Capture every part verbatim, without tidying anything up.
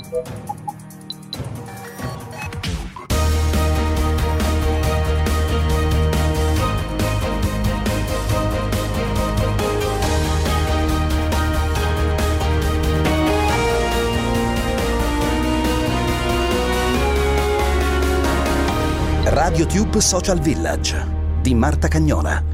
RadioTube Social Village di Marta Cagnola.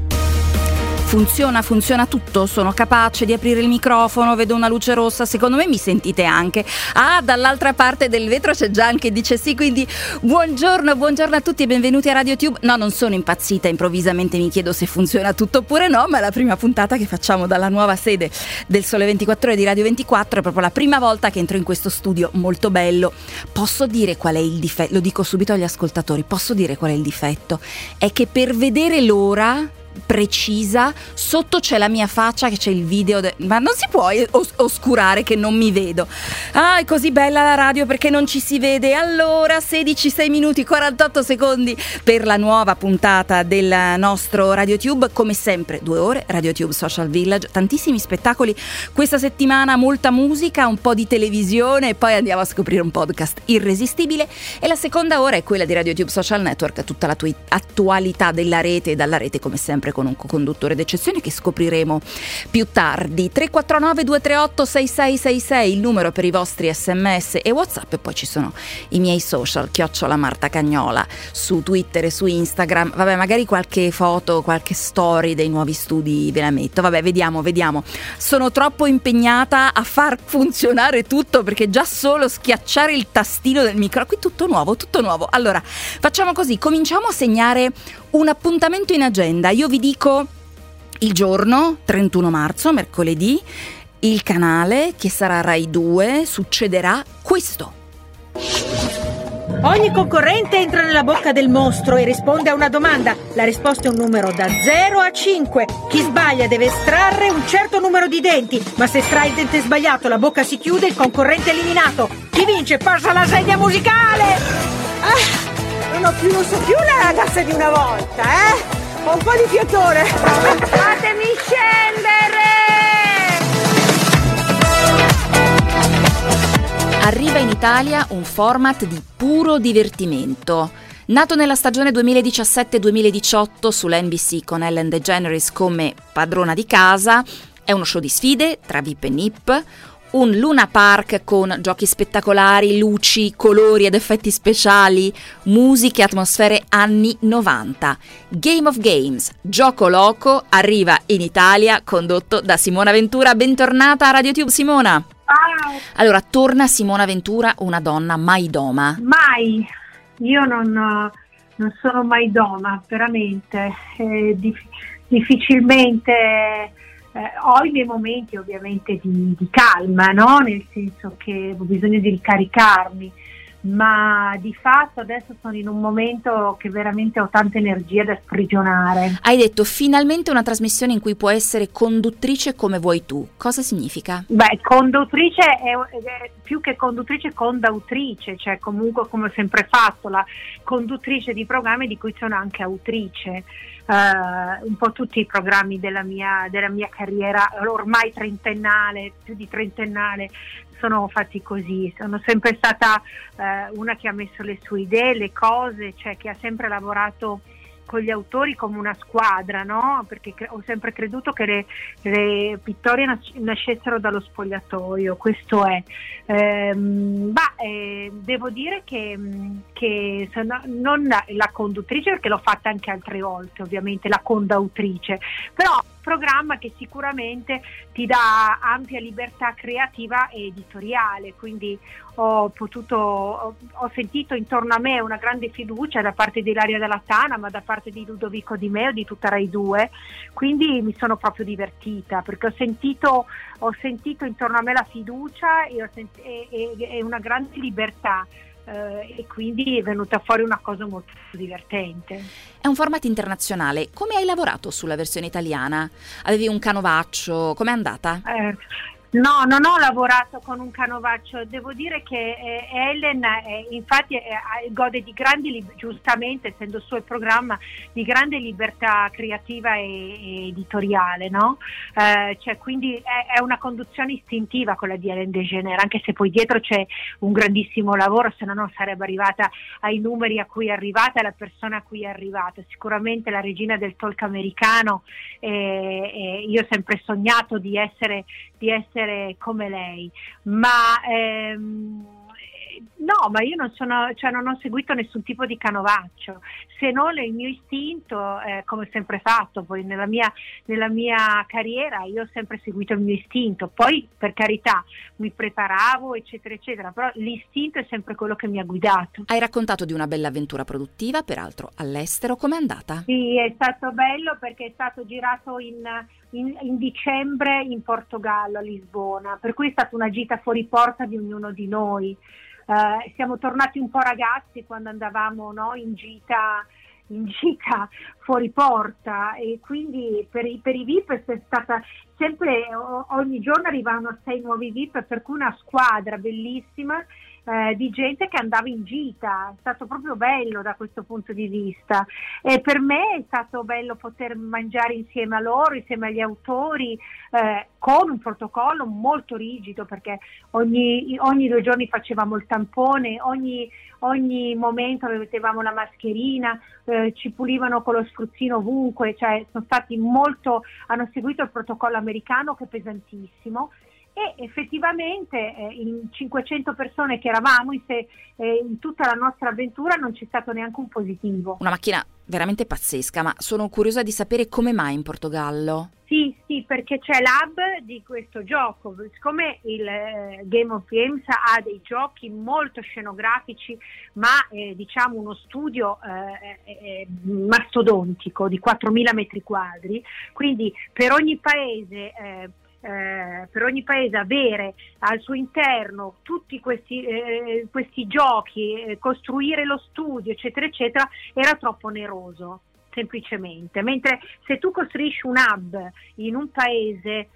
Funziona, funziona tutto, sono capace di aprire il microfono, vedo una luce rossa, secondo me mi sentite anche. Ah, dall'altra parte del vetro c'è Gian che dice sì, quindi buongiorno, buongiorno a tutti e benvenuti a RadioTube. No, non sono impazzita, improvvisamente mi chiedo se funziona tutto oppure no, ma è la prima puntata che facciamo dalla nuova sede del Sole ventiquattro Ore di Radio ventiquattro, è proprio la prima volta che entro in questo studio molto bello. Posso dire qual è il difetto? Lo dico subito agli ascoltatori, posso dire qual è il difetto? È che per vedere l'ora precisa sotto c'è la mia faccia, che c'è il video de- ma non si può os- oscurare che non mi vedo. Ah, è così bella la radio perché non ci si vede. Allora sedici, sei minuti, quarantotto secondi per la nuova puntata del nostro RadioTube. Come sempre due ore RadioTube Social Village, tantissimi spettacoli questa settimana, molta musica, un po' di televisione e poi andiamo a scoprire un podcast irresistibile. E la seconda ora è quella di RadioTube Social Network, tutta la tua attualità della rete e dalla rete come sempre con un co-conduttore d'eccezione che scopriremo più tardi. Tre quattro nove due tre otto sei sei sei sei il numero per i vostri sms e WhatsApp, e poi ci sono i miei social, chiocciola Marta Cagnola su Twitter e su Instagram. Vabbè, magari qualche foto, qualche story dei nuovi studi ve la metto. Vabbè, vediamo, vediamo. Sono troppo impegnata a far funzionare tutto perché già solo schiacciare il tastino del micro, qui tutto nuovo, tutto nuovo. Allora, facciamo così, cominciamo a segnare un appuntamento in agenda. Io vi dico il giorno, trentuno marzo, mercoledì, il canale, che sarà Rai due, succederà questo. Ogni concorrente entra nella bocca del mostro e risponde a una domanda. La risposta è un numero da zero a cinque. Chi sbaglia deve estrarre un certo numero di denti, ma se estrae il dente sbagliato la bocca si chiude e il concorrente è eliminato. Chi vince passa alla sedia musicale. Ah! Non ho più, non so più la ragazza di una volta, eh? Ho un po' di fiatone. Fatemi scendere! Arriva in Italia un format di puro divertimento. Nato nella stagione duemiladiciassette duemiladiciotto sulla N B C con Ellen DeGeneres come padrona di casa, è uno show di sfide tra V I P e N I P, un Luna Park con giochi spettacolari, luci, colori ed effetti speciali, musiche e atmosfere anni novanta. Game of Games, Gioco Loco, arriva in Italia, condotto da Simona Ventura. Bentornata a RadioTube, Simona. Ciao. Allora, torna Simona Ventura, una donna mai doma. Mai, io non, non sono mai doma, veramente. Eh, dif- difficilmente... Eh, ho i miei momenti ovviamente di, di calma, no? Nel senso che ho bisogno di ricaricarmi, ma di fatto adesso sono in un momento che veramente ho tanta energia da sprigionare. Hai detto finalmente una trasmissione in cui puoi essere conduttrice come vuoi tu. Cosa significa? Beh, conduttrice è, è più che conduttrice, condautrice, cioè comunque come ho sempre fatto, la conduttrice di programmi di cui sono anche autrice. Uh, un po' tutti i programmi della mia, della mia carriera ormai trentennale, più di trentennale, sono fatti così. Sono sempre stata uh, una che ha messo le sue idee, le cose, cioè che ha sempre lavorato con gli autori come una squadra, no? Perché cre- ho sempre creduto che le, le vittorie nas- nascessero dallo spogliatoio, questo è. Ehm, bah, eh, devo dire che, che sono, non la, la conduttrice, perché l'ho fatta anche altre volte, ovviamente, la condautrice, però programma che sicuramente ti dà ampia libertà creativa e editoriale, quindi ho potuto ho, ho sentito intorno a me una grande fiducia da parte di Ilaria Della Tana, ma da parte di Ludovico Di Meo, di tutta Rai due, quindi mi sono proprio divertita perché ho sentito ho sentito intorno a me la fiducia e, ho sent- e, e, e una grande libertà. Uh, e quindi è venuta fuori una cosa molto divertente. È un format internazionale. Come hai lavorato sulla versione italiana? Avevi un canovaccio? Com'è andata? Eh, No, non ho lavorato con un canovaccio, devo dire che eh, Ellen eh, infatti eh, gode di grandi, li- giustamente essendo suo il programma, di grande libertà creativa e, e editoriale, no? Eh, cioè, quindi è, è una conduzione istintiva quella di Ellen DeGeneres, anche se poi dietro c'è un grandissimo lavoro, se no non sarebbe arrivata ai numeri a cui è arrivata, alla persona a cui è arrivata. Sicuramente la regina del talk americano, eh, eh, io ho sempre sognato di essere di essere come lei, ma ehm, no, ma io non sono, cioè non ho seguito nessun tipo di canovaccio, se non il mio istinto, eh, come ho sempre fatto. Poi nella mia, nella mia carriera io ho sempre seguito il mio istinto, poi per carità mi preparavo eccetera eccetera, però l'istinto è sempre quello che mi ha guidato. Hai raccontato di una bella avventura produttiva, peraltro all'estero, com'è andata? Sì, è stato bello perché è stato girato in, in, in dicembre in Portogallo, a Lisbona, per cui è stata una gita fuori porta di ognuno di noi. Uh, siamo tornati un po' ragazzi quando andavamo, no, in gita in gita fuori porta, e quindi per i, per i V I P è stata sempre, o, ogni giorno arrivavano sei nuovi V I P, per cui una squadra bellissima eh, di gente che andava in gita. È stato proprio bello da questo punto di vista, e per me è stato bello poter mangiare insieme a loro, insieme agli autori, eh, con un protocollo molto rigido, perché ogni, ogni due giorni facevamo il tampone, ogni, ogni momento mettevamo la mascherina, eh, ci pulivano con lo spruzzino ovunque, cioè sono stati molto, hanno seguito il protocollo americano, che è pesantissimo. E effettivamente eh, in cinquecento persone che eravamo, in, se, eh, in tutta la nostra avventura non c'è stato neanche un positivo. Una macchina veramente pazzesca, ma sono curiosa di sapere come mai in Portogallo. Sì, sì, perché c'è l'hub di questo gioco. Siccome il eh, Game of Games ha dei giochi molto scenografici, ma eh, diciamo uno studio eh, eh, mastodontico di quattromila metri quadri, quindi per ogni paese eh, Eh, per ogni paese avere al suo interno tutti questi, eh, questi giochi, eh, costruire lo studio eccetera eccetera, era troppo oneroso semplicemente. Mentre se tu costruisci un hub in un paese,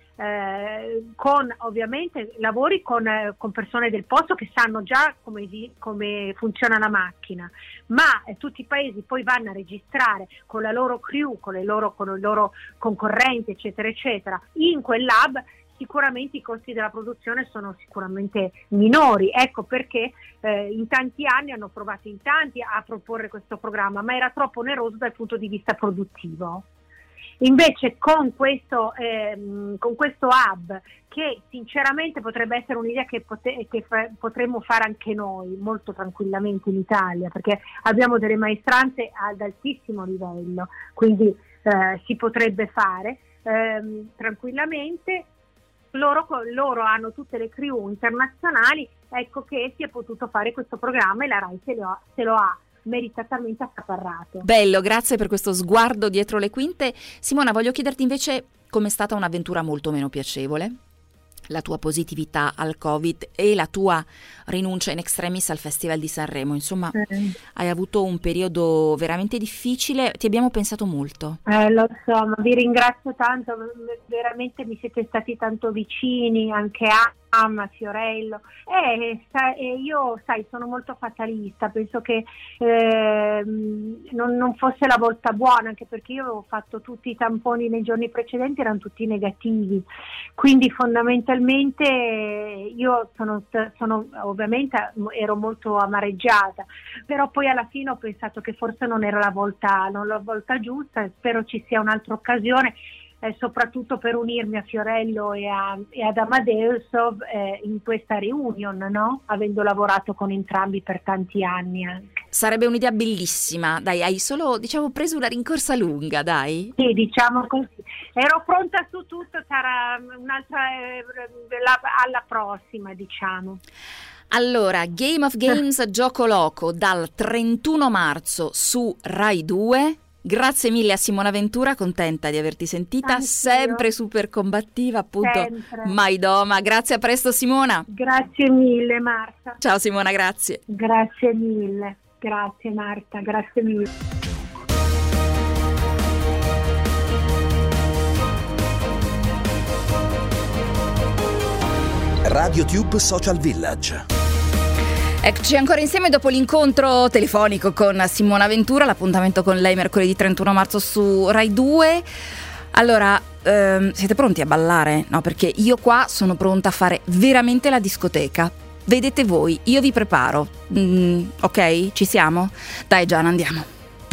eh, con ovviamente lavori con, eh, con persone del posto che sanno già come, come funziona la macchina, ma eh, tutti i paesi poi vanno a registrare con la loro crew, con le loro, con i loro concorrenti eccetera eccetera in quel hub, sicuramente i costi della produzione sono sicuramente minori. Ecco perché eh, in tanti anni hanno provato in tanti a proporre questo programma, ma era troppo oneroso dal punto di vista produttivo. Invece con questo, ehm, con questo hub, che sinceramente potrebbe essere un'idea che, pote- che fa- potremmo fare anche noi molto tranquillamente in Italia, perché abbiamo delle maestranze ad altissimo livello, quindi eh, si potrebbe fare ehm, tranquillamente. Loro, loro hanno tutte le crew internazionali, ecco che si è potuto fare questo programma, e la RAI se lo ha, se lo ha meritatamente accaparrato. Bello, grazie per questo sguardo dietro le quinte. Simona, voglio chiederti invece com'è stata un'avventura molto meno piacevole, la tua positività al Covid e la tua rinuncia in extremis al Festival di Sanremo. Insomma, eh. hai avuto un periodo veramente difficile, ti abbiamo pensato molto. Eh, lo so, ma vi ringrazio tanto, veramente mi siete stati tanto vicini, anche a Amma, Fiorello, e eh, io sai sono molto fatalista, penso che eh, non, non fosse la volta buona, anche perché io avevo fatto tutti i tamponi nei giorni precedenti, erano tutti negativi, quindi fondamentalmente io sono, sono ovviamente ero molto amareggiata, però poi alla fine ho pensato che forse non era la volta, non la volta giusta, spero ci sia un'altra occasione. Eh, soprattutto per unirmi a Fiorello e, a, e ad Amadeus eh, in questa reunion, no? Avendo lavorato con entrambi per tanti anni anche. Sarebbe un'idea bellissima, dai, hai solo diciamo preso una rincorsa lunga, dai. Sì, diciamo così, ero pronta su tutto, sarà un'altra eh, la, alla prossima, diciamo. Allora, Game of Games Gioco Loco dal trentuno marzo su Rai due. Grazie mille a Simona Ventura, contenta di averti sentita. Anch'io. Sempre super combattiva, appunto, sempre. Mai doma. Grazie, a presto Simona. Grazie mille Marta. Ciao Simona, grazie. Grazie mille, grazie Marta, grazie mille. RadioTube Social Village. Eccoci ancora insieme dopo l'incontro telefonico con Simona Ventura, l'appuntamento con lei mercoledì trentuno marzo su Rai due. Allora, ehm, siete pronti a ballare? No, perché io qua sono pronta a fare veramente la discoteca. Vedete voi, io vi preparo. Mm, ok? Ci siamo? Dai Gianna, andiamo.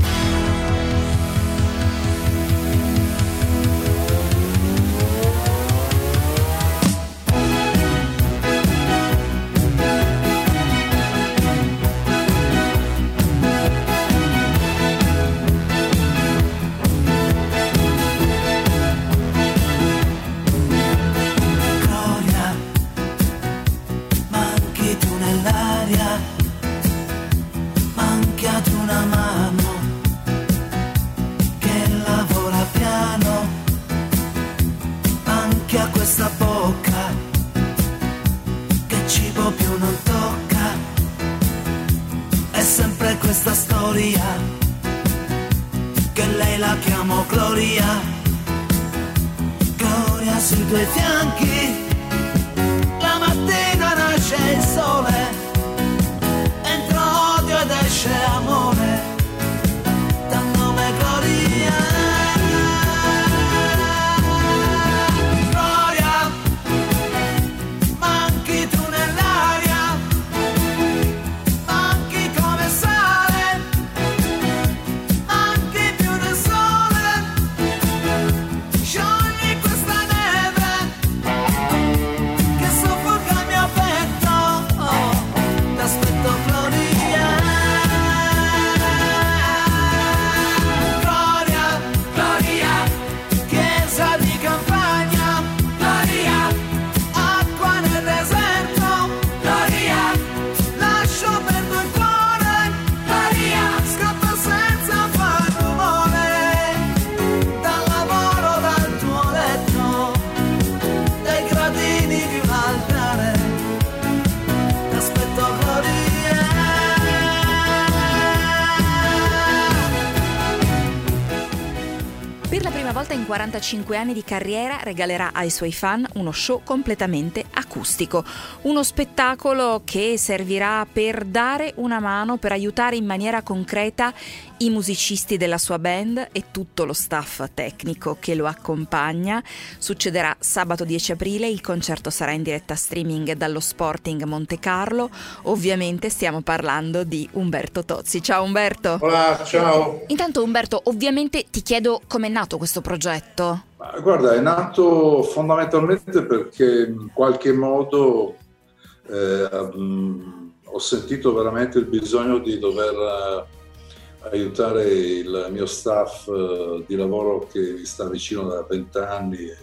quarantacinque anni di carriera regalerà ai suoi fan uno show completamente acustico, uno spettacolo che servirà per dare una mano, per aiutare in maniera concreta i musicisti della sua band e tutto lo staff tecnico che lo accompagna. Succederà sabato dieci aprile, il concerto sarà in diretta streaming dallo Sporting Monte Carlo. Ovviamente stiamo parlando di Umberto Tozzi. Ciao Umberto. Hola, ciao. Intanto Umberto, ovviamente ti chiedo com'è nato questo progetto. Ma guarda, è nato fondamentalmente perché in qualche modo eh, um, ho sentito veramente il bisogno di dover uh, aiutare il mio staff uh, di lavoro che mi sta vicino da vent'anni e,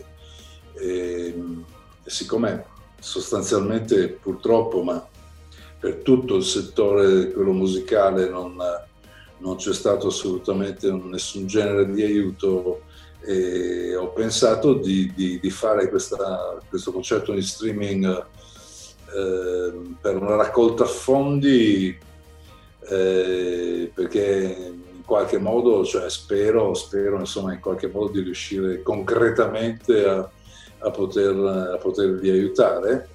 e, e siccome sostanzialmente purtroppo, ma per tutto il settore, quello musicale, non, non c'è stato assolutamente nessun genere di aiuto, e ho pensato di, di, di fare questa, questo concerto di streaming eh, per una raccolta fondi, eh, perché in qualche modo, cioè spero, spero insomma in qualche modo di riuscire concretamente a, a, poter, a potervi aiutare.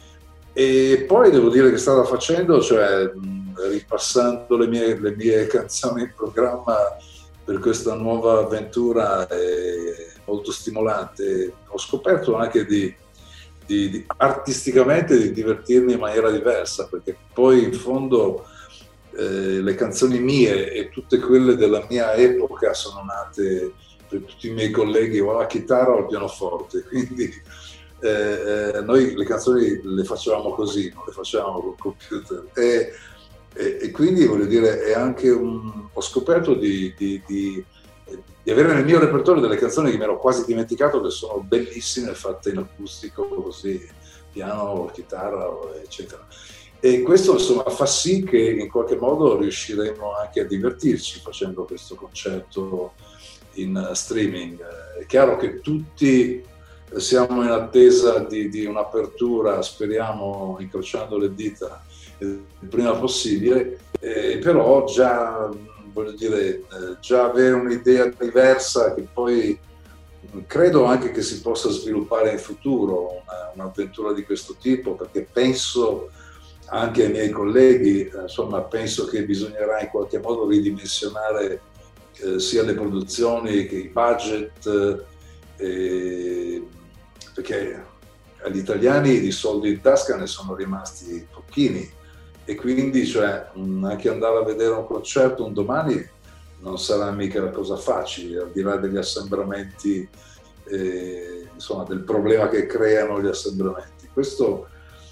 E poi devo dire che stavo facendo, cioè ripassando le mie, le mie canzoni in programma per questa nuova avventura è molto stimolante. Ho scoperto anche di, di, di artisticamente di divertirmi in maniera diversa, perché poi in fondo eh, le canzoni mie e tutte quelle della mia epoca sono nate per tutti i miei colleghi o alla chitarra o al pianoforte, quindi eh, noi le canzoni le facevamo così, non le facevamo col computer. E, E, e quindi voglio dire, è anche un, ho scoperto di, di, di, di avere nel mio repertorio delle canzoni che mi ero quasi dimenticato, che sono bellissime, fatte in acustico, così, piano, chitarra, eccetera. E questo insomma fa sì che in qualche modo riusciremo anche a divertirci facendo questo concerto in streaming. È chiaro che tutti siamo in attesa di, di un'apertura, speriamo, incrociando le dita, il prima possibile, eh, però già voglio dire eh, già avere un'idea diversa che poi credo anche che si possa sviluppare in futuro una, un'avventura di questo tipo, perché penso anche ai miei colleghi, insomma, penso che bisognerà in qualche modo ridimensionare eh, sia le produzioni che i budget, eh, perché agli italiani di soldi in tasca ne sono rimasti pochini, e quindi cioè, anche andare a vedere un concerto un domani non sarà mica una cosa facile, al di là degli assembramenti, eh, insomma, del problema che creano gli assembramenti. Questo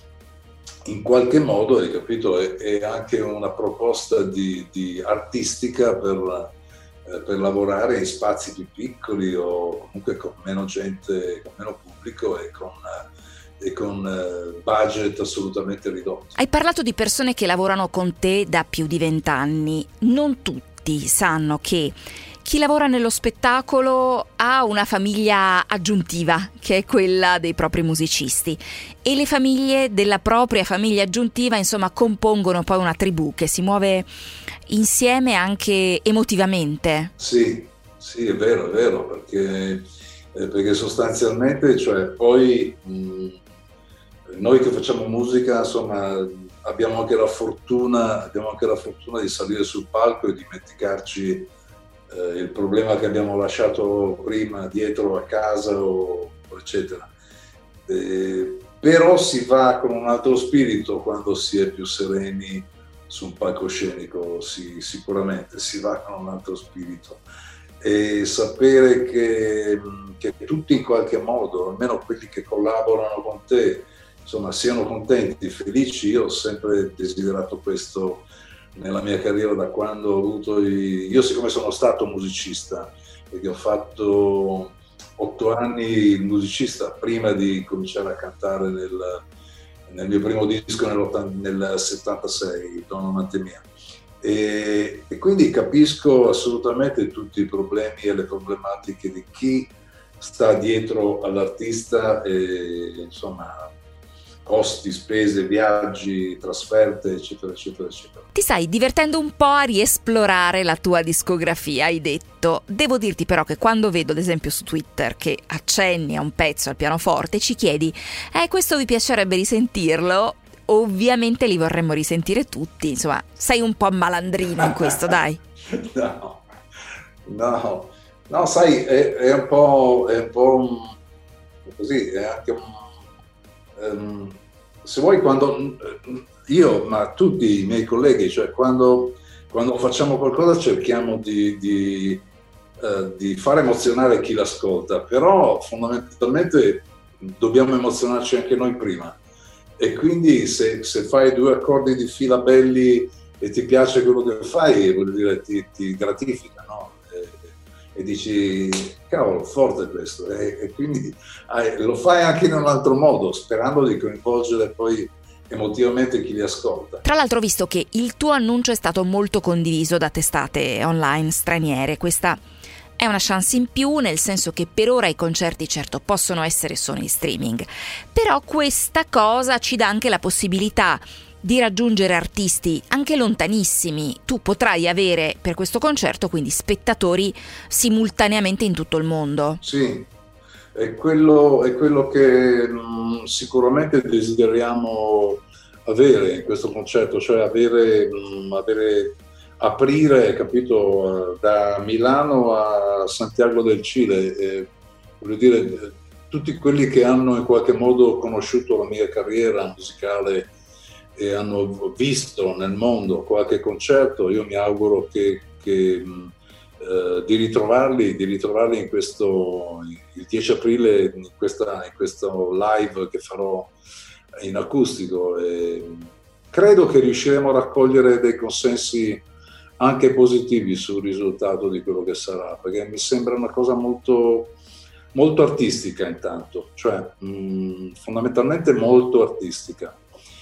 in qualche modo, hai capito, è, è anche una proposta di, di artistica per, eh, per lavorare in spazi più piccoli o comunque con meno gente, con meno pubblico e con, eh, e con eh, budget assolutamente ridotti. Hai parlato di persone che lavorano con te da più di vent'anni. Non tutti sanno che chi lavora nello spettacolo ha una famiglia aggiuntiva, che è quella dei propri musicisti, e le famiglie della propria famiglia aggiuntiva, insomma, compongono poi una tribù che si muove insieme anche emotivamente. Sì, sì, è vero, è vero, perché, eh, perché sostanzialmente, cioè, poi mh, noi che facciamo musica, insomma, abbiamo anche la fortuna, abbiamo anche la fortuna di salire sul palco e dimenticarci Eh, il problema che abbiamo lasciato prima dietro a casa o eccetera, eh, però si va con un altro spirito quando si è più sereni su un palcoscenico, si, sicuramente si va con un altro spirito, e sapere che, che tutti in qualche modo, almeno quelli che collaborano con te, insomma, siano contenti, felici. Io ho sempre desiderato questo nella mia carriera, da quando ho avuto i... io siccome sono stato musicista, perché ho fatto otto anni il musicista prima di cominciare a cantare nel, nel mio primo disco nel settantasei, Donna amante mia, e, e quindi capisco assolutamente tutti i problemi e le problematiche di chi sta dietro all'artista, e insomma costi, spese, viaggi, trasferte, eccetera, eccetera, eccetera. Ti stai divertendo un po' a riesplorare la tua discografia, hai detto. Devo dirti però che quando vedo, ad esempio su Twitter, che accenni a un pezzo al pianoforte, ci chiedi eh, questo vi piacerebbe risentirlo? Ovviamente li vorremmo risentire tutti, insomma, sei un po' malandrino in questo, dai. No, no, no, sai, è, è un po', è un po' un, così, è anche un Um, se vuoi, quando io, ma tutti i miei colleghi, cioè quando, quando facciamo qualcosa cerchiamo di, di, uh, di far emozionare chi l'ascolta, però fondamentalmente dobbiamo emozionarci anche noi prima, e quindi se, se fai due accordi di fila belli e ti piace quello che fai, vuol dire ti, ti gratifica, no? E dici cavolo, forte questo, e, e quindi eh, lo fai anche in un altro modo, sperando di coinvolgere poi emotivamente chi li ascolta. Tra l'altro, visto che il tuo annuncio è stato molto condiviso da testate online straniere, questa è una chance in più, nel senso che per ora i concerti certo possono essere solo in streaming, però questa cosa ci dà anche la possibilità di raggiungere artisti anche lontanissimi. Tu potrai avere per questo concerto quindi spettatori simultaneamente in tutto il mondo. Sì, è quello, è quello che mh, sicuramente desideriamo avere in questo concerto, cioè avere, mh, avere aprire, capito, da Milano a Santiago del Cile, eh, voglio dire, tutti quelli che hanno in qualche modo conosciuto la mia carriera musicale e hanno visto nel mondo qualche concerto, io mi auguro che, che eh, di ritrovarli, di ritrovarli in questo, il dieci aprile, in, questa, in questo live che farò in acustico. E credo che riusciremo a raccogliere dei consensi anche positivi sul risultato di quello che sarà, perché mi sembra una cosa molto, molto artistica intanto, cioè mh, fondamentalmente molto artistica.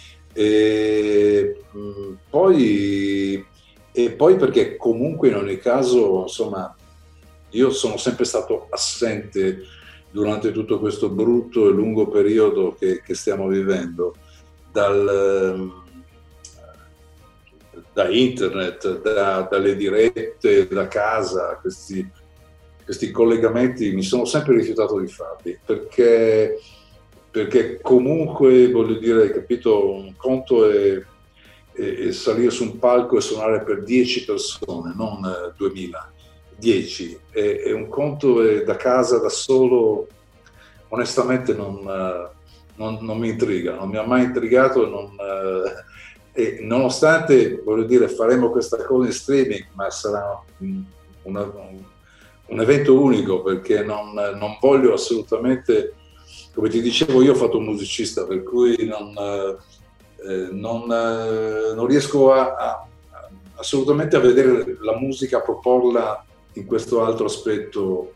E mh, poi, e poi perché comunque in ogni caso, insomma, io sono sempre stato assente durante tutto questo brutto e lungo periodo che, che stiamo vivendo, dal, da internet, da, dalle dirette da casa, questi, questi collegamenti mi sono sempre rifiutato di farli, perché, perché comunque, voglio dire, capito, un conto è, è, è salire su un palco e suonare per dieci persone, non eh, duemila, dieci, e, e un conto è da casa, da solo, onestamente non, non, non mi intriga, non mi ha mai intrigato, non, e nonostante, voglio dire, faremo questa cosa in streaming, ma sarà un, una, un, un evento unico, perché non, non voglio assolutamente, come ti dicevo, io ho fatto un musicista, per cui non, eh, non, eh, non riesco a, a, assolutamente a vedere la musica, a proporla in questo altro aspetto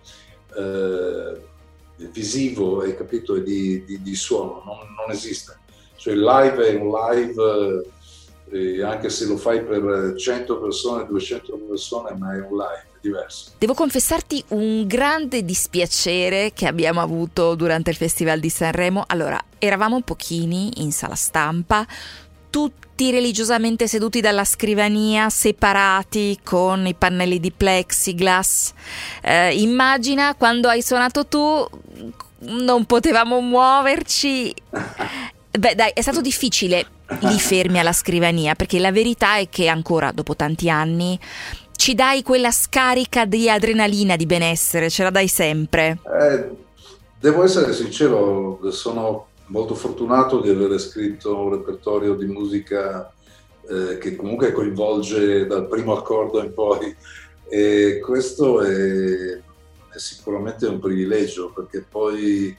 eh, visivo, hai capito, e di, di, di suono, non, non esiste. Cioè il live è un live, eh, anche se lo fai per cento persone, duecento persone, ma è un live, è diverso. Devo confessarti un grande dispiacere che abbiamo avuto durante il Festival di Sanremo. Allora, eravamo pochini in sala stampa, tutti religiosamente seduti dalla scrivania, separati con i pannelli di plexiglass. Eh, immagina quando hai suonato tu, non potevamo muoverci. Beh, dai, è stato difficile lì fermi alla scrivania, perché la verità è che ancora dopo tanti anni ci dai quella scarica di adrenalina, di benessere, ce la dai sempre. Eh, devo essere sincero, sono molto fortunato di aver scritto un repertorio di musica eh, che comunque coinvolge dal primo accordo in poi, e questo è, è sicuramente un privilegio, perché poi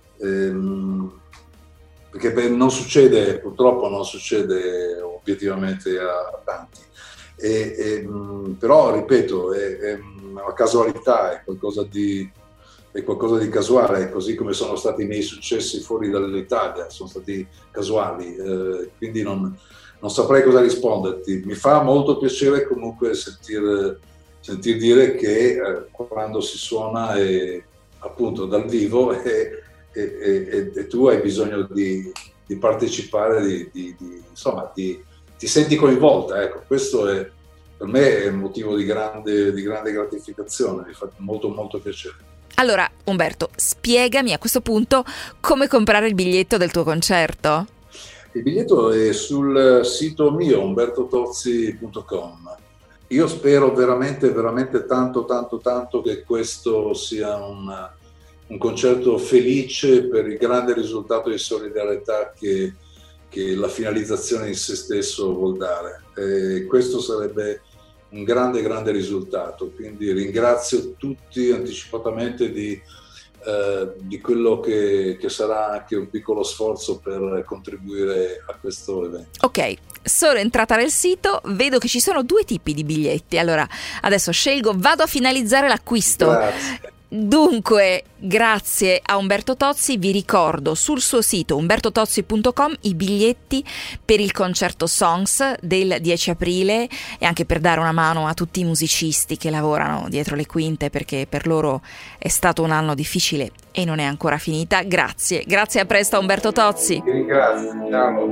ehm, perché beh, non succede, purtroppo non succede obiettivamente a tanti, e, e, però ripeto, è, è una casualità, è qualcosa di è qualcosa di casuale, così come sono stati i miei successi fuori dall'Italia, sono stati casuali, eh, quindi non, non saprei cosa risponderti. Mi fa molto piacere comunque sentir, sentir dire che eh, quando si suona è, appunto dal vivo e, e, e, e tu hai bisogno di, di partecipare, di, di, di, insomma di, ti senti coinvolta, ecco, questo è, per me è un motivo di grande, di grande gratificazione, mi fa molto molto piacere. Allora, Umberto, spiegami a questo punto come comprare il biglietto del tuo concerto. Il biglietto è sul sito mio, umberto tozzi punto com. Io spero veramente, veramente tanto, tanto, tanto che questo sia un, un concerto felice per il grande risultato di solidarietà che, che la finalizzazione in se stesso vuol dare. E questo sarebbe un grande grande risultato, quindi ringrazio tutti anticipatamente di, eh, di quello che, che sarà anche un piccolo sforzo per contribuire a questo evento. Ok, sono entrata nel sito, vedo che ci sono due tipi di biglietti, allora adesso scelgo, vado a finalizzare l'acquisto. Grazie. Dunque, grazie a Umberto Tozzi, vi ricordo sul suo sito umberto tozzi punto com i biglietti per il concerto Songs del dieci aprile, e anche per dare una mano a tutti i musicisti che lavorano dietro le quinte, perché per loro è stato un anno difficile e non è ancora finita. Grazie, grazie, a presto Umberto Tozzi. Ti ringrazio, ciao.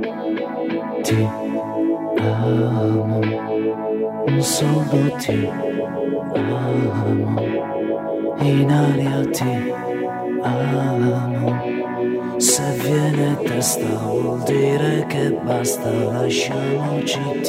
Ti amo, solo ti amo. In aria ti amo, se viene testa vuol dire che basta, lasciamoci, ti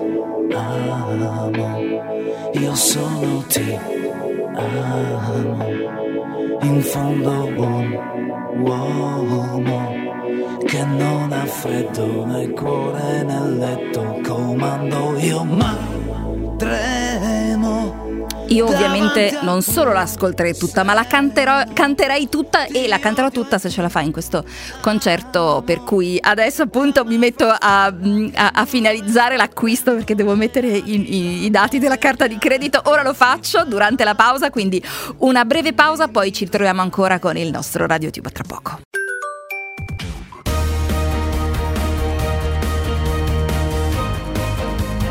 amo, io sono ti amo, in fondo un uomo che non ha freddo nel cuore nel letto, comando io ma tremo. Io ovviamente non solo l'ascolterei tutta, ma la canterò, canterei tutta, e la canterò tutta se ce la fa in questo concerto, per cui adesso appunto mi metto a, a, a finalizzare l'acquisto, perché devo mettere i, i, i dati della carta di credito. Ora lo faccio durante la pausa, quindi una breve pausa, poi ci troviamo ancora con il nostro RadioTube tra poco.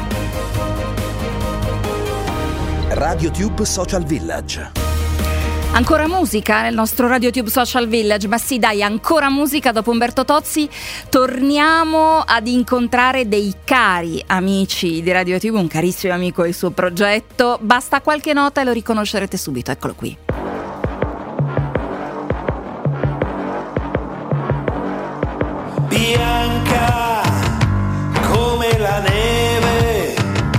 RadioTube Social Village. Ancora musica nel nostro RadioTube Social Village, ma sì dai, ancora musica. Dopo Umberto Tozzi torniamo ad incontrare dei cari amici di RadioTube, un carissimo amico e il suo progetto. Basta qualche nota e lo riconoscerete subito, eccolo qui. Bianca come la neve,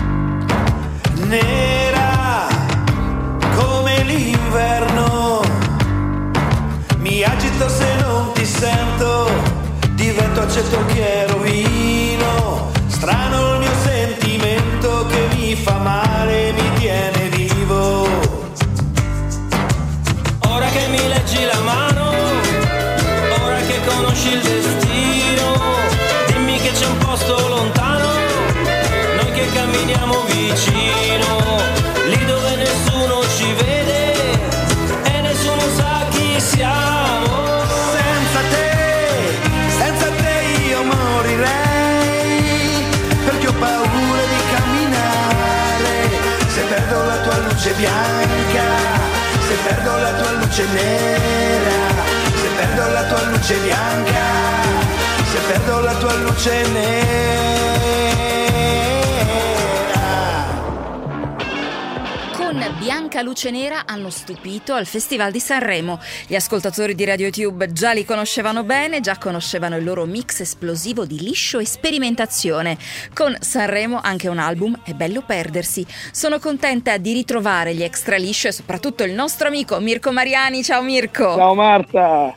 nera come l'inverno, mi agito se non ti sento, divento aceto che ero vino, strano il mio sentimento che mi fa male, mi tiene vivo. Ora che mi leggi la mano, ora che conosci il destino, dimmi che c'è un posto lontano, noi che camminiamo vicino, lì dove nessuno ci vede e nessuno sa chi siamo. Senza te, senza te io morirei, perché ho paura di camminare, se perdo la tua luce bianca, se perdo la tua luce nera, se perdo la tua luce bianca, se perdo la tua luce nera. Con Bianca Luce Nera hanno stupito al Festival di Sanremo. Gli ascoltatori di RadioTube già li conoscevano bene, già conoscevano il loro mix esplosivo di liscio e sperimentazione. Con Sanremo anche un album È bello perdersi. Sono contenta di ritrovare gli extra liscio e soprattutto il nostro amico Mirko Mariani. Ciao Mirko! Ciao Marta!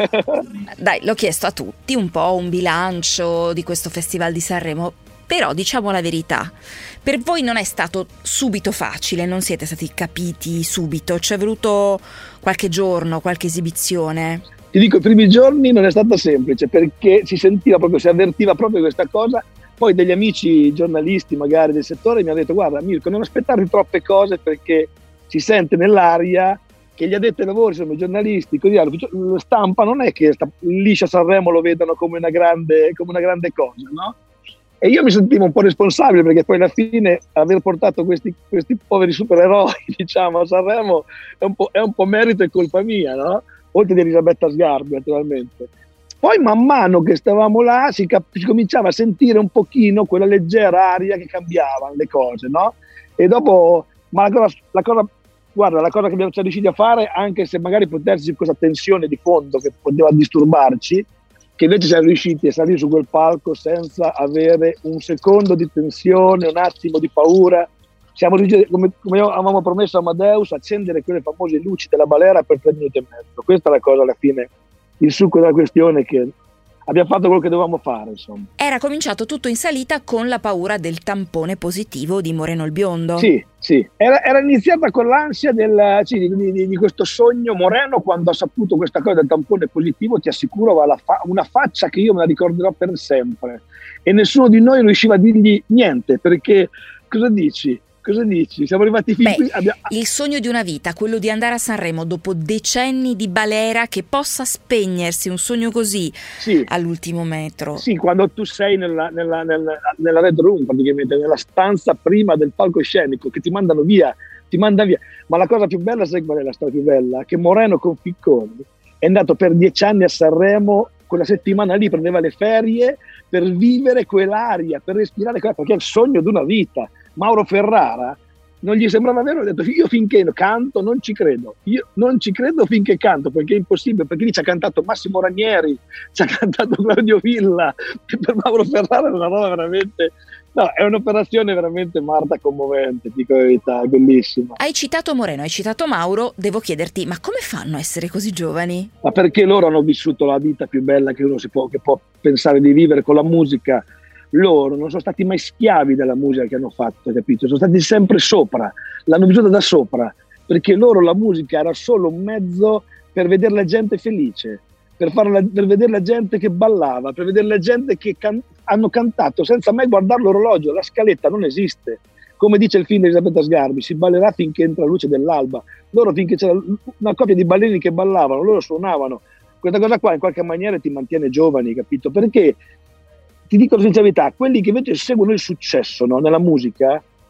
Dai, l'ho chiesto a tutti un po' un bilancio di questo Festival di Sanremo, però diciamo la verità, per voi non è stato subito facile, non siete stati capiti subito, ci è voluto qualche giorno, qualche esibizione. Ti dico, i primi giorni non è stato semplice, perché si sentiva proprio, si avvertiva proprio questa cosa. Poi degli amici giornalisti magari del settore mi hanno detto: guarda Mirko, non aspettare troppe cose, perché si sente nell'aria che gli addetti ai lavori sono i giornalisti, così la stampa non è che sta, liscio a Sanremo lo vedano come una grande, come una grande cosa, no? E io mi sentivo un po' responsabile, perché poi alla fine aver portato questi, questi poveri supereroi, diciamo, a Sanremo è un po', è un po' merito e colpa mia, no? Oltre di Elisabetta Sgarbi, naturalmente. Poi man mano che stavamo là si, cap- si cominciava a sentire un pochino quella leggera aria che cambiavano le cose, no? E dopo, ma la cosa, la cosa guarda, la cosa che abbiamo riusciti a fare, anche se magari poteva esserci questa tensione di fondo che poteva disturbarci, che invece siamo riusciti a salire su quel palco senza avere un secondo di tensione, un attimo di paura. Siamo riusciti, come, come avevamo promesso a Amadeus, a accendere quelle famose luci della balera per tre minuti e mezzo. Questa è la cosa, alla fine, il succo della questione, che abbiamo fatto quello che dovevamo fare, insomma. Era cominciato tutto in salita con la paura del tampone positivo di Moreno il Biondo. Sì, sì. Era, era iniziata con l'ansia del, sì, di, di, di questo sogno. Moreno, quando ha saputo questa cosa del tampone positivo, ti assicuro, aveva la fa- una faccia che io me la ricorderò per sempre. E nessuno di noi riusciva a dirgli niente, perché cosa dici? Cosa dici? Siamo arrivati fin Beh, qui. Abbiamo... Il sogno di una vita, quello di andare a Sanremo dopo decenni di balera, che possa spegnersi un sogno così, sì, all'ultimo metro. Sì, quando tu sei nella, nella, nella, nella red room, praticamente, nella stanza prima del palcoscenico, che ti mandano via, ti manda via. Ma la cosa più bella, sai qual è la storia più bella? Che Moreno con Ficconi è andato per dieci anni a Sanremo, quella settimana lì prendeva le ferie per vivere quell'aria, per respirare quella, perché è il sogno di una vita. Mauro Ferrara non gli sembrava vero, ha detto: io finché canto non ci credo, io non ci credo finché canto, perché è impossibile, perché lì ci ha cantato Massimo Ranieri, ci ha cantato Claudio Villa, e per Mauro Ferrara è una roba veramente, no, è un'operazione veramente, Marta, commovente, dico la verità, è bellissima. Hai citato Moreno, hai citato Mauro, devo chiederti, ma come fanno a essere così giovani? Ma perché loro hanno vissuto la vita più bella che uno si può, che può pensare di vivere con la musica. Loro non sono stati mai schiavi della musica che hanno fatto, capito? Sono stati sempre sopra, l'hanno vissuta da sopra, perché loro la musica era solo un mezzo per vedere la gente felice, per, farla, per vedere la gente che ballava, per vedere la gente che can- hanno cantato senza mai guardare l'orologio. La scaletta non esiste. Come dice il film di Elisabetta Sgarbi, si ballerà finché entra la luce dell'alba. Loro, finché c'era una coppia di ballerini che ballavano, loro suonavano. Questa cosa qua in qualche maniera ti mantiene giovani, capito? Perché ti dico la sincerità, quelli che invece seguono il successo, no, nella musica,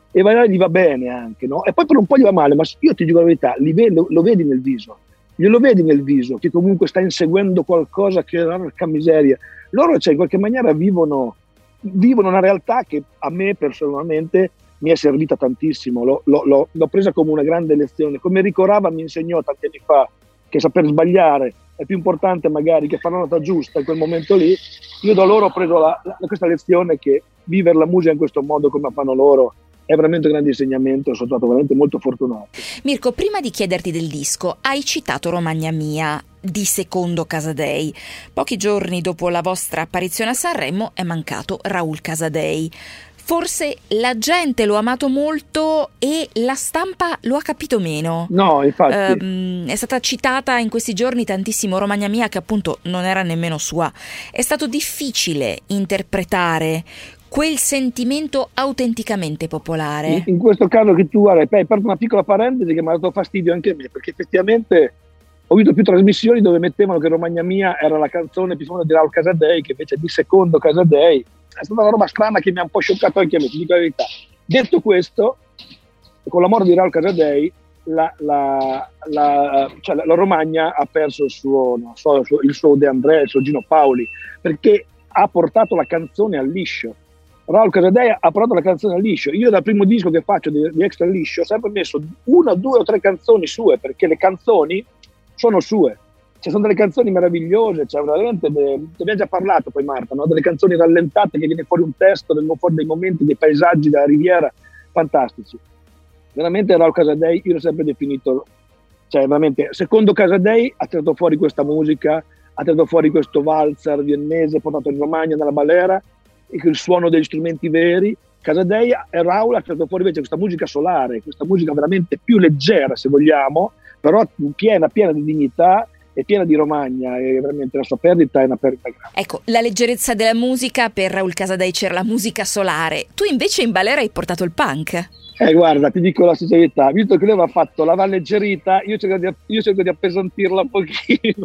e magari gli va bene anche, no? E poi per un po' gli va male, ma io ti dico la verità, li vedo, lo vedi nel viso, glielo vedi nel viso, che comunque sta inseguendo qualcosa che, porca miseria, loro cioè in qualche maniera vivono, vivono una realtà che a me personalmente mi è servita tantissimo, l'ho, l'ho, l'ho presa come una grande lezione, come Enrico Rava mi insegnò tanti anni fa, che saper sbagliare è più importante magari che fare la nota giusta in quel momento lì. Io da loro ho preso la, la, questa lezione che vivere la musica in questo modo come fanno loro è veramente un grande insegnamento, sono stato veramente molto fortunato. Mirko, prima di chiederti del disco, hai citato Romagna Mia di Secondo Casadei. Pochi giorni dopo la vostra apparizione a Sanremo è mancato Raul Casadei. Forse la gente lo ha amato molto e la stampa lo ha capito meno. No, infatti. Um, è stata citata in questi giorni tantissimo Romagna Mia, che appunto non era nemmeno sua. È stato difficile interpretare quel sentimento autenticamente popolare. In, in questo caso che tu hai aperto una piccola parentesi che mi ha dato fastidio anche a me, perché effettivamente ho visto più trasmissioni dove mettevano che Romagna Mia era la canzone più famosa di Raul Casadei, che invece è di Secondo Casadei. È stata una roba strana che mi ha un po' scioccato anche a me, ti dico la verità. Detto questo, con la morte di Raul Casadei, la, la, la, cioè la, la Romagna ha perso il suo, non so, il suo, il suo De André, il suo Gino Paoli, perché ha portato la canzone al liscio. Raul Casadei ha portato la canzone al liscio. Io dal primo disco che faccio di, di Extra Liscio ho sempre messo una, due o tre canzoni sue, perché le canzoni sono sue. Ci sono delle canzoni meravigliose, cioè veramente, ne abbiamo già parlato poi Marta, no? Delle canzoni rallentate che viene fuori un testo, vengono fuori dei momenti, dei paesaggi della riviera, fantastici. Veramente Raul Casadei, io l'ho sempre definito, cioè veramente, Secondo Casadei ha tirato fuori questa musica, ha tirato fuori questo valzer viennese portato in Romagna, nella Balera, e il suono degli strumenti veri. Casadei e Raul ha tirato fuori invece questa musica solare, questa musica veramente più leggera se vogliamo, però piena, piena di dignità, è piena di Romagna, e veramente la sua perdita è una perdita grande. Ecco, la leggerezza della musica, per Raul Casadei c'era la musica solare, tu invece in Balera hai portato il punk. Eh guarda, ti dico la sincerità, visto che lui aveva fatto la Valle Alleggerita, io cerco di, io cerco di appesantirla un pochino.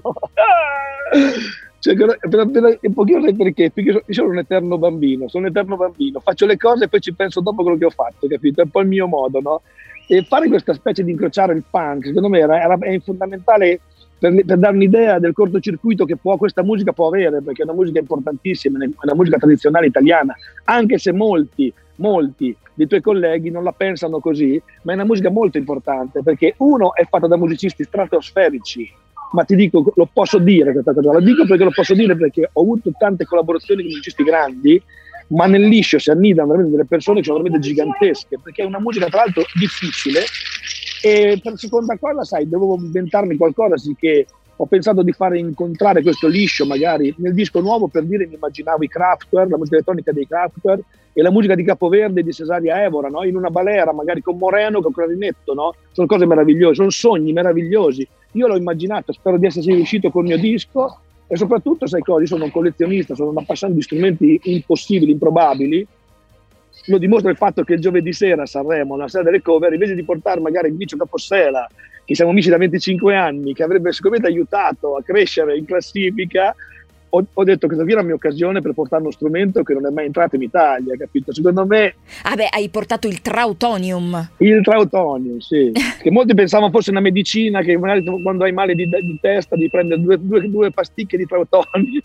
Cerco per, per, un pochino, sai perché? Perché io sono un eterno bambino, sono un eterno bambino, faccio le cose e poi ci penso dopo quello che ho fatto, capito? È un po' il mio modo, no? E fare questa specie di incrociare il punk, secondo me era, era, è fondamentale per, per dare un'idea del cortocircuito che può, questa musica può avere, perché è una musica importantissima, è una musica tradizionale italiana, anche se molti, molti dei tuoi colleghi non la pensano così, ma è una musica molto importante, perché uno è fatta da musicisti stratosferici, ma ti dico, lo posso dire questa cosa, lo dico perché lo posso dire perché ho avuto tante collaborazioni con musicisti grandi, ma nel liscio si annidano veramente delle persone che sono veramente gigantesche, perché è una musica tra l'altro difficile. E per seconda cosa, sai, dovevo inventarmi qualcosa, sì, che ho pensato di fare incontrare questo liscio magari nel disco nuovo, per dire, mi immaginavo i Kraftwerk, la musica elettronica dei Kraftwerk e la musica di Capoverde di Cesaria Evora, no? In una balera magari con Moreno, con clarinetto, no? Sono cose meravigliose, sono sogni meravigliosi. Io l'ho immaginato, spero di esserci riuscito col mio disco, e soprattutto, sai cosa, io sono un collezionista, sono un appassionato di strumenti impossibili, improbabili. Lo dimostra il fatto che il giovedì sera a Sanremo, alla sera delle cover, invece di portare magari Vinicio Capossela, che siamo amici da venticinque anni, che avrebbe sicuramente aiutato a crescere in classifica, ho, ho detto che questa era la mia occasione per portare uno strumento che non è mai entrato in Italia, capito? Secondo me... Ah beh, hai portato il Trautonium. Il Trautonium, sì. Che molti pensavano fosse una medicina, che magari quando hai male di, di testa di prendere due, due, due pasticche di Trautonium.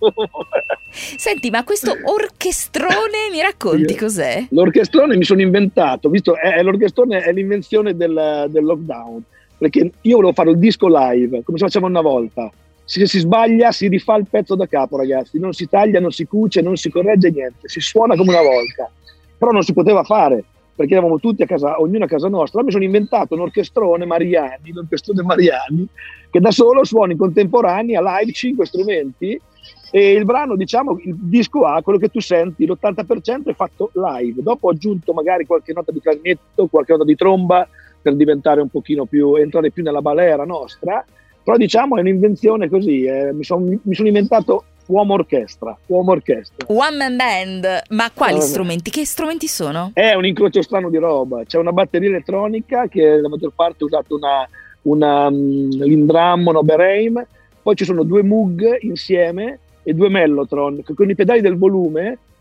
Senti, ma questo orchestrone, mi racconti cos'è? L'orchestrone mi sono inventato, visto, è, l'orchestrone è l'invenzione del, del lockdown, perché io volevo fare il disco live, come si faceva una volta. Se si sbaglia si rifà il pezzo da capo, ragazzi, non si taglia, non si cuce, non si corregge niente, si suona come una volta. Però non si poteva fare, perché eravamo tutti a casa, ognuno a casa nostra. Allora mi sono inventato un orchestrone Mariani, l'orchestrone Mariani, che da solo suona in contemporanea, live, cinque strumenti, e il brano, diciamo, il disco A, quello che tu senti, l'ottanta per cento è fatto live. Dopo ho aggiunto magari qualche nota di clarinetto, qualche nota di tromba, per diventare un pochino più, entrare più nella balera nostra. Però diciamo è un'invenzione così, eh, mi sono mi son inventato uomo orchestra, uomo orchestra. One man band, ma quali eh, strumenti? Che strumenti sono? È un incrocio strano di roba, c'è una batteria elettronica che la maggior parte ha usato una, una um, Lindrum, una Oberheim, poi ci sono due Moog insieme e due Mellotron, che con i pedali del volume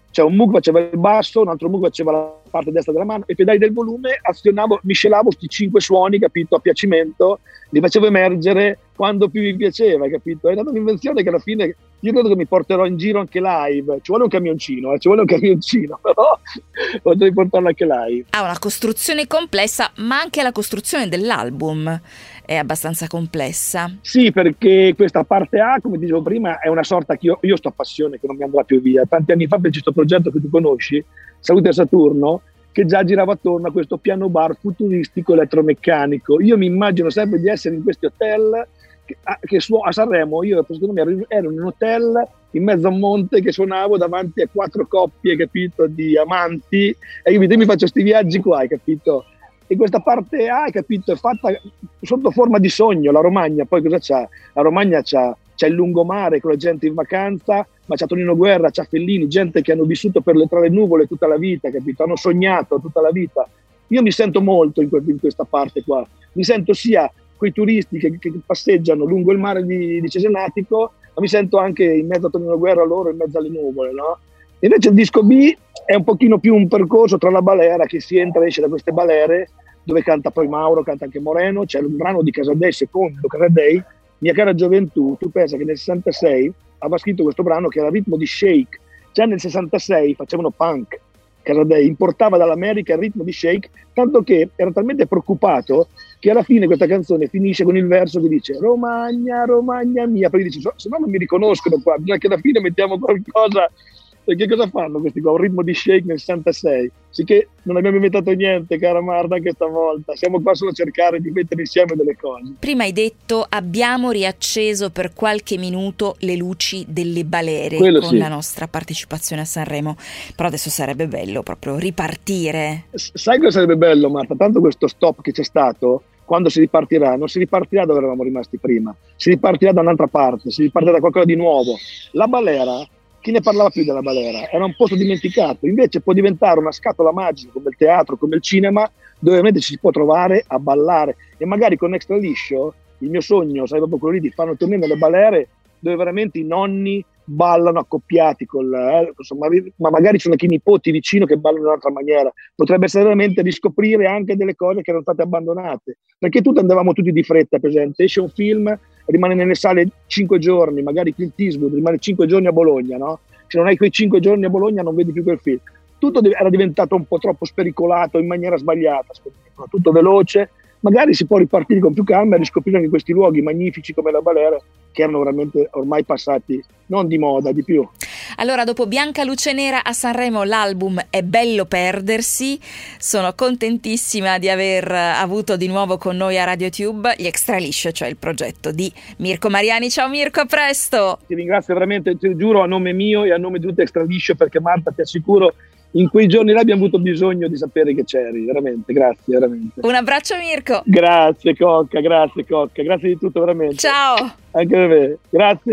cioè un Moog faceva il basso, un altro Moog faceva la parte destra della mano, e i pedali del volume azionavo, miscelavo questi cinque suoni, capito, a piacimento, li facevo emergere quando più mi piaceva, capito? È stata un'invenzione che alla fine io credo che mi porterò in giro anche live. Ci vuole un camioncino, eh? ci vuole un camioncino, però potrei portarlo anche live. Ha una costruzione complessa, ma anche la costruzione dell'album è abbastanza complessa. Sì, perché questa parte A, come dicevo prima, è una sorta che io, io sto a passione che non mi andrà più via. Tanti anni fa feci questo progetto che tu conosci, Salute a Saturno, che già girava attorno a questo piano bar futuristico elettromeccanico. Io mi immagino sempre di essere in questi hotel che, a, che su, a Sanremo, io secondo me ero, ero in un hotel in mezzo a un monte che suonavo davanti a quattro coppie, capito, di amanti, e io mi faccio questi viaggi qua, hai capito? E questa parte A, hai capito, è fatta sotto forma di sogno. La Romagna poi cosa c'ha? La Romagna c'ha, c'ha il lungomare con la gente in vacanza, ma c'ha Tonino Guerra, c'ha Fellini, gente che hanno vissuto per le, tra le nuvole tutta la vita, capito? Hanno sognato tutta la vita. Io mi sento molto in, que- in questa parte qua, mi sento sia quei turisti che, che passeggiano lungo il mare di, di Cesenatico, ma mi sento anche in mezzo a Tonino Guerra loro, in mezzo alle nuvole, no? Invece il disco B è un pochino più un percorso tra la balera, che si entra e esce da queste balere, dove canta poi Mauro, canta anche Moreno. C'è un brano di Casadei, secondo Casadei, Mia cara gioventù. Tu pensa che nel sessantasei aveva scritto questo brano che era a ritmo di shake. Già nel sessantasei facevano punk. Casadei importava dall'America il ritmo di shake, tanto che era talmente preoccupato che alla fine questa canzone finisce con il verso che dice Romagna, Romagna mia, poi dice se no non mi riconoscono qua, bisogna che alla fine mettiamo qualcosa. Perché cosa fanno questi qua? Un ritmo di shake nel sessantasei. Sicché non abbiamo inventato niente, cara Marta, anche stavolta. Siamo qua solo a cercare di mettere insieme delle cose. Prima hai detto abbiamo riacceso per qualche minuto le luci delle balere Quello con sì. la nostra partecipazione a Sanremo. Però adesso sarebbe bello proprio ripartire. S- sai cosa sarebbe bello, Marta? Tanto questo stop che c'è stato, quando si ripartirà, non si ripartirà dove eravamo rimasti prima. Si ripartirà da un'altra parte, si ripartirà da qualcosa di nuovo. La balera... Chi ne parlava più della balera? Era un posto dimenticato, invece può diventare una scatola magica come il teatro, come il cinema, dove veramente ci si può trovare a ballare. E magari con Extra Liscio, il mio sogno sarebbe proprio quello lì di fare un torneo nelle balere dove veramente i nonni ballano accoppiati col, eh, insomma, ma magari ci sono anche i nipoti vicino che ballano in un'altra maniera. Potrebbe essere veramente riscoprire anche delle cose che erano state abbandonate, perché tutti andavamo tutti di fretta, per esempio, esce un film, rimane nelle sale cinque giorni, magari Clint Eastwood rimane cinque giorni a Bologna, no? Se non hai quei cinque giorni a Bologna non vedi più quel film. Tutto era diventato un po' troppo spericolato in maniera sbagliata, tutto veloce. Magari si può ripartire con più calma e riscoprire anche questi luoghi magnifici come la balera, che erano veramente ormai passati non di moda, di più. Allora, dopo Bianca Luce Nera a Sanremo, l'album È bello perdersi. Sono contentissima di aver avuto di nuovo con noi a RadioTube gli Extra Liscio, cioè il progetto di Mirko Mariani. Ciao Mirko, a presto! Ti ringrazio veramente, ti giuro, a nome mio e a nome di tutti Extra Liscio, perché Marta, ti assicuro, in quei giorni là abbiamo avuto bisogno di sapere che c'eri, veramente, grazie, veramente. Un abbraccio Mirko. Grazie Cocca, grazie Cocca, grazie di tutto veramente. Ciao. Anche per me, grazie.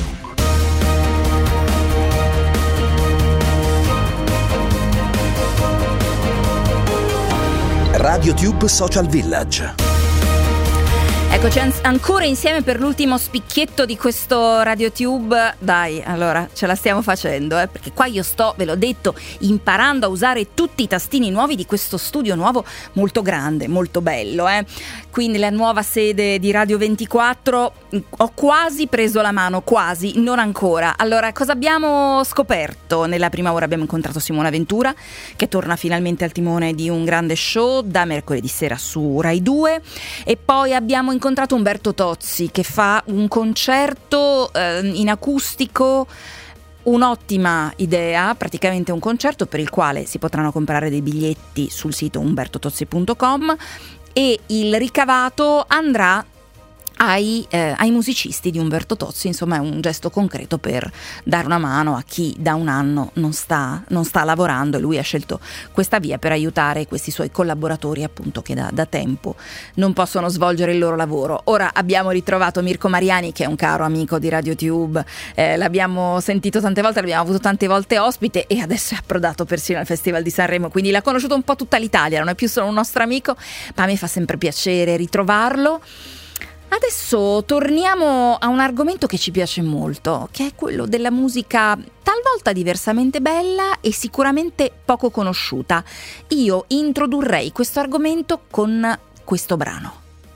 RadioTube Social Village. Eccoci ancora insieme per l'ultimo spicchietto di questo RadioTube. Dai, allora ce la stiamo facendo, eh, perché qua io sto, ve l'ho detto, imparando a usare tutti i tastini nuovi di questo studio nuovo molto grande, molto bello, eh. Quindi la nuova sede di Radio ventiquattro, ho quasi preso la mano, quasi, non ancora. Allora, cosa abbiamo scoperto? Nella prima ora abbiamo incontrato Simona Ventura, che torna finalmente al timone di un grande show da mercoledì sera su Rai due, e poi abbiamo incontrato Umberto Tozzi, che fa un concerto eh, in acustico. Un'ottima idea, praticamente un concerto per il quale si potranno comprare dei biglietti sul sito umberto tozzi punto com, e il ricavato andrà ai, eh, ai musicisti di Umberto Tozzi. Insomma, è un gesto concreto per dare una mano a chi da un anno non sta, non sta lavorando, e lui ha scelto questa via per aiutare questi suoi collaboratori, appunto, che da, da tempo non possono svolgere il loro lavoro. Ora abbiamo ritrovato Mirko Mariani, che è un caro amico di RadioTube, eh, l'abbiamo sentito tante volte, l'abbiamo avuto tante volte ospite, e adesso è approdato persino al Festival di Sanremo, quindi l'ha conosciuto un po' tutta l'Italia, non è più solo un nostro amico, ma a me fa sempre piacere ritrovarlo. Adesso torniamo a un argomento che ci piace molto, che è quello della musica talvolta diversamente bella e sicuramente poco conosciuta. Io introdurrei questo argomento con questo brano.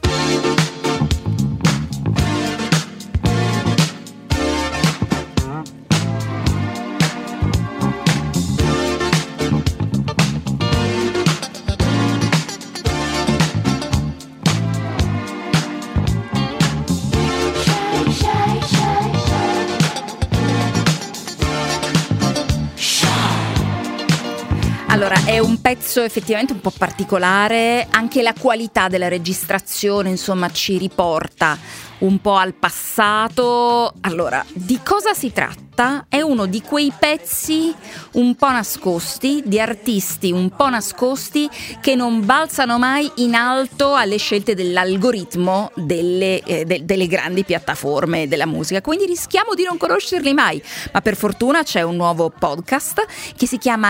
Allora, è un pezzo effettivamente un po' particolare, anche la qualità della registrazione, insomma, ci riporta un po' al passato. Allora, di cosa si tratta? È uno di quei pezzi un po' nascosti, di artisti un po' nascosti, che non balzano mai in alto alle scelte dell'algoritmo delle, eh, de- delle grandi piattaforme della musica, quindi rischiamo di non conoscerli mai, ma per fortuna c'è un nuovo podcast che si chiama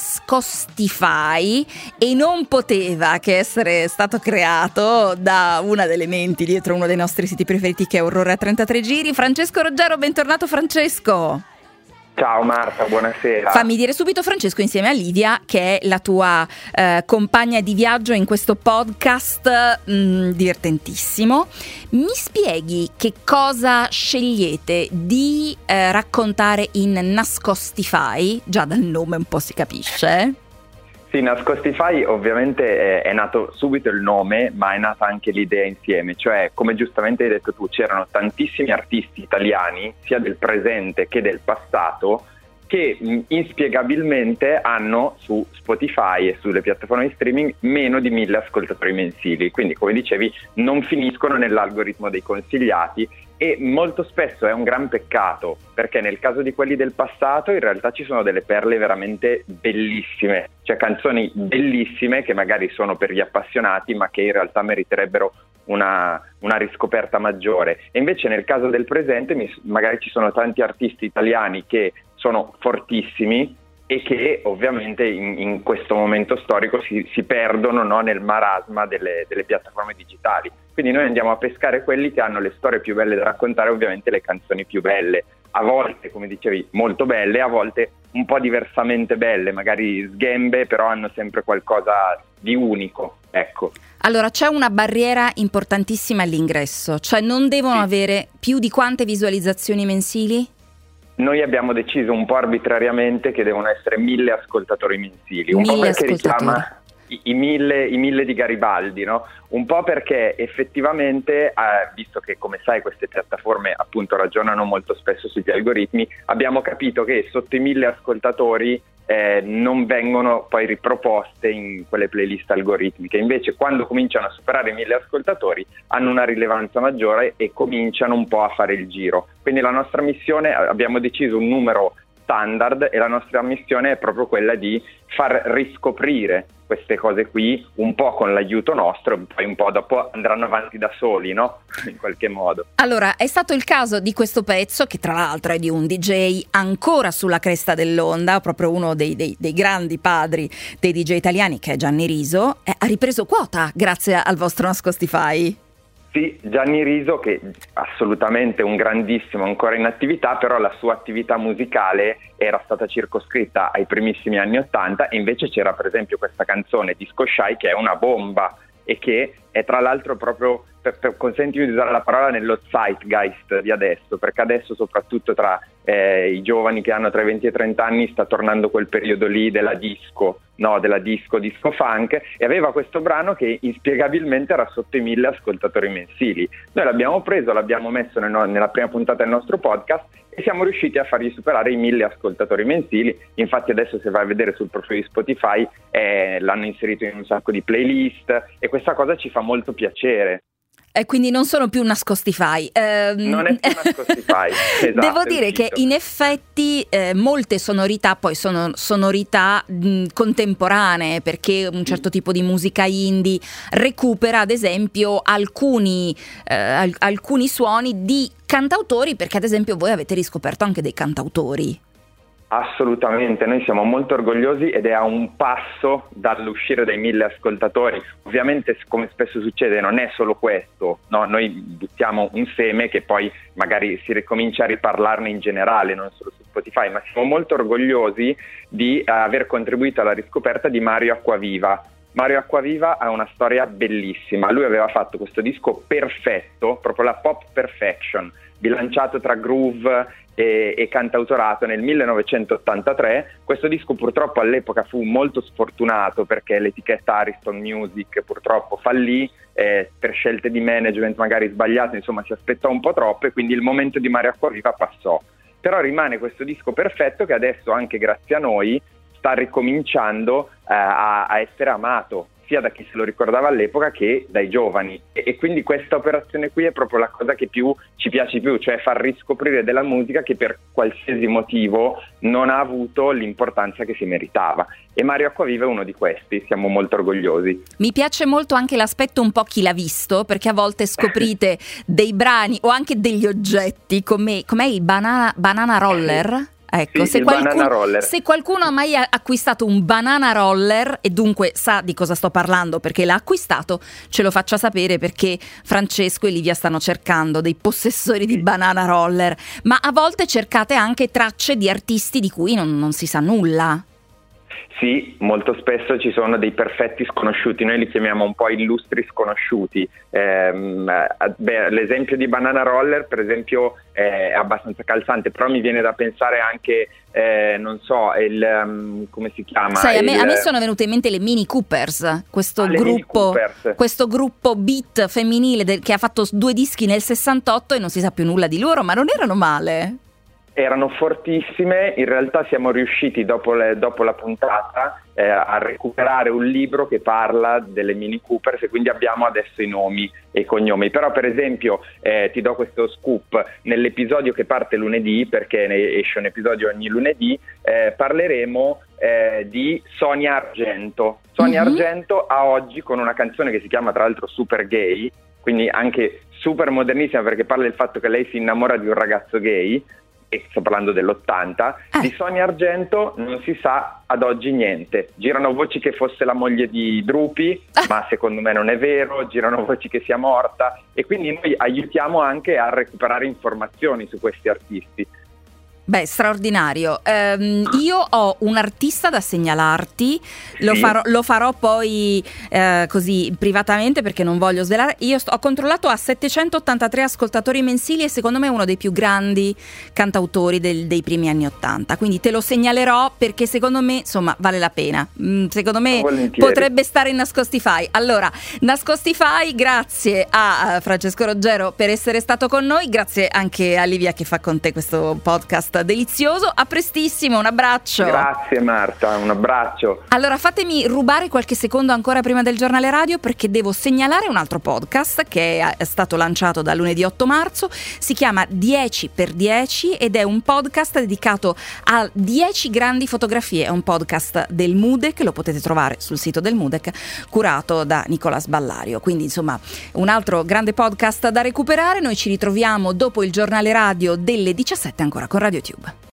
Nascostify e non poteva che essere stato creato da una delle menti dietro uno dei nostri siti preferiti, che è Orrore a trentatré giri. Francesco Roggero, bentornato Francesco. Ciao Marta, buonasera. Fammi dire subito, Francesco, insieme a Livia, che è la tua eh, compagna di viaggio in questo podcast mh, divertentissimo, mi spieghi che cosa scegliete di eh, raccontare in Nascostify? Già dal nome un po' si capisce. Sì, Nascostify ovviamente è, è nato subito il nome, ma è nata anche l'idea insieme, cioè come giustamente hai detto tu, c'erano tantissimi artisti italiani, sia del presente che del passato, che mh, inspiegabilmente hanno su Spotify e sulle piattaforme di streaming meno di mille ascoltatori mensili, quindi come dicevi non finiscono nell'algoritmo dei consigliati, e molto spesso è un gran peccato, perché nel caso di quelli del passato in realtà ci sono delle perle veramente bellissime, cioè canzoni bellissime che magari sono per gli appassionati ma che in realtà meriterebbero una, una riscoperta maggiore. E invece nel caso del presente mi, magari ci sono tanti artisti italiani che sono fortissimi e che ovviamente in, in questo momento storico si, si perdono, no, nel marasma delle, delle piattaforme digitali. Quindi noi andiamo a pescare quelli che hanno le storie più belle da raccontare, ovviamente le canzoni più belle, a volte, come dicevi, molto belle, a volte un po' diversamente belle, magari sghembe, però hanno sempre qualcosa di unico, ecco. Allora, c'è una barriera importantissima all'ingresso, cioè non devono sì. avere più di quante visualizzazioni mensili? Noi abbiamo deciso un po' arbitrariamente che devono essere mille ascoltatori mensili, un po' perché richiama i, i, mille, i mille di Garibaldi, no? Un po' perché effettivamente, eh, visto che come sai queste piattaforme appunto ragionano molto spesso sugli algoritmi, abbiamo capito che sotto i mille ascoltatori eh, non vengono poi riproposte in quelle playlist algoritmiche, invece quando cominciano a superare i mille ascoltatori hanno una rilevanza maggiore e cominciano un po' a fare il giro. Quindi la nostra missione, abbiamo deciso un numero standard e la nostra missione è proprio quella di far riscoprire queste cose qui un po' con l'aiuto nostro, poi un po' dopo andranno avanti da soli, no? In qualche modo. Allora, è stato il caso di questo pezzo, che tra l'altro è di un D J ancora sulla cresta dell'onda, proprio uno dei, dei, dei grandi padri dei D J italiani, che è Gianni Riso, eh, ha ripreso quota grazie al vostro Nascostify. Sì, Gianni Riso, che assolutamente un grandissimo, ancora in attività, però la sua attività musicale era stata circoscritta ai primissimi anni Ottanta, e invece c'era per esempio questa canzone Disco Shy che è una bomba e che è tra l'altro proprio, per, per, consentimi di usare la parola, nello zeitgeist di adesso, perché adesso soprattutto tra eh, i giovani che hanno tra i venti e i trenta anni sta tornando quel periodo lì della disco, no, della disco, disco funk, e aveva questo brano che inspiegabilmente era sotto i mille ascoltatori mensili. Noi l'abbiamo preso, l'abbiamo messo nel, nella prima puntata del nostro podcast e siamo riusciti a fargli superare i mille ascoltatori mensili. Infatti adesso se vai a vedere sul profilo di Spotify eh, l'hanno inserito in un sacco di playlist e questa cosa ci fa molto piacere. E quindi non sono più Nascostify. Eh, non è più Nascostify. Esatto, devo dire che in effetti eh, molte sonorità poi sono sonorità mh, contemporanee, perché un certo tipo di musica indie recupera ad esempio alcuni, eh, al- alcuni suoni di cantautori, perché ad esempio voi avete riscoperto anche dei cantautori. Assolutamente, noi siamo molto orgogliosi ed è a un passo dall'uscire dai mille ascoltatori. Ovviamente, come spesso succede, non è solo questo, no? Noi buttiamo un seme che poi magari si ricomincia a riparlarne in generale, non solo su Spotify, ma siamo molto orgogliosi di uh, aver contribuito alla riscoperta di Mario Acquaviva. Mario Acquaviva ha una storia bellissima. Lui aveva fatto questo disco perfetto, proprio la pop perfection, bilanciato tra groove e, e cantautorato nel millenovecentottantatré. Questo disco purtroppo all'epoca fu molto sfortunato perché l'etichetta Ariston Music purtroppo fallì, eh, per scelte di management magari sbagliate, insomma si aspettò un po' troppo e quindi il momento di Mario Acquaviva passò. Però rimane questo disco perfetto che adesso, anche grazie a noi, sta ricominciando eh, a, a essere amato sia da chi se lo ricordava all'epoca che dai giovani, e, e quindi questa operazione qui è proprio la cosa che più ci piace più, cioè far riscoprire della musica che per qualsiasi motivo non ha avuto l'importanza che si meritava, e Mario Acquaviva è uno di questi, siamo molto orgogliosi. Mi piace molto anche l'aspetto un po' chi l'ha visto, perché a volte scoprite dei brani o anche degli oggetti come com'è il banana, banana roller? Ecco, sì, se, qualcuno, se qualcuno ha mai acquistato un banana roller e dunque sa di cosa sto parlando perché l'ha acquistato, ce lo faccia sapere, perché Francesco e Livia stanno cercando dei possessori di banana roller, ma a volte cercate anche tracce di artisti di cui non, non si sa nulla. Sì, molto spesso ci sono dei perfetti sconosciuti, noi li chiamiamo un po' illustri sconosciuti. Eh, beh, l'esempio di Banana Roller, per esempio, è abbastanza calzante, però mi viene da pensare anche, eh, non so, il, um, come si chiama? Sai, a me, il, a me sono venute in mente le Mini Coopers, questo, ah, gruppo, Coopers. questo gruppo beat femminile del, che ha fatto due dischi nel sessantotto e non si sa più nulla di loro, ma non erano male. Erano fortissime, in realtà siamo riusciti dopo, le, dopo la puntata eh, a recuperare un libro che parla delle Mini Coopers e quindi abbiamo adesso i nomi e i cognomi. Però per esempio eh, ti do questo scoop, nell'episodio che parte lunedì, perché ne esce un episodio ogni lunedì, eh, parleremo eh, di Sonia Argento. Sonia mm-hmm. Argento a oggi, con una canzone che si chiama tra l'altro Super Gay, quindi anche super modernissima perché parla del fatto che lei si innamora di un ragazzo gay, e sto parlando dell'ottanta, eh. di Sonia Argento non si sa ad oggi niente. Girano voci che fosse la moglie di Drupi, ah. ma secondo me non è vero, girano voci che sia morta, e quindi noi aiutiamo anche a recuperare informazioni su questi artisti. Beh, straordinario. Um, io ho un artista da segnalarti, sì. lo, farò, lo farò poi eh, così privatamente perché non voglio svelare. Io sto, ho controllato, a settecentottantatré ascoltatori mensili e secondo me è uno dei più grandi cantautori del, dei primi anni ottanta, quindi te lo segnalerò perché secondo me insomma vale la pena. Mm, secondo me Volentieri. Potrebbe stare in Nascostify. Allora, Nascostify, grazie a Francesco Roggero per essere stato con noi, grazie anche a Livia che fa con te questo podcast delizioso. A prestissimo, un abbraccio. Grazie Marta, un abbraccio. Allora fatemi rubare qualche secondo ancora prima del giornale radio perché devo segnalare un altro podcast che è stato lanciato da lunedì otto marzo, si chiama dieci per dieci ed è un podcast dedicato a dieci grandi fotografie, è un podcast del Mudec, lo potete trovare sul sito del Mudec, curato da Nicola Sballario, quindi insomma un altro grande podcast da recuperare. Noi ci ritroviamo dopo il giornale radio delle diciassette ancora con Radio Tube.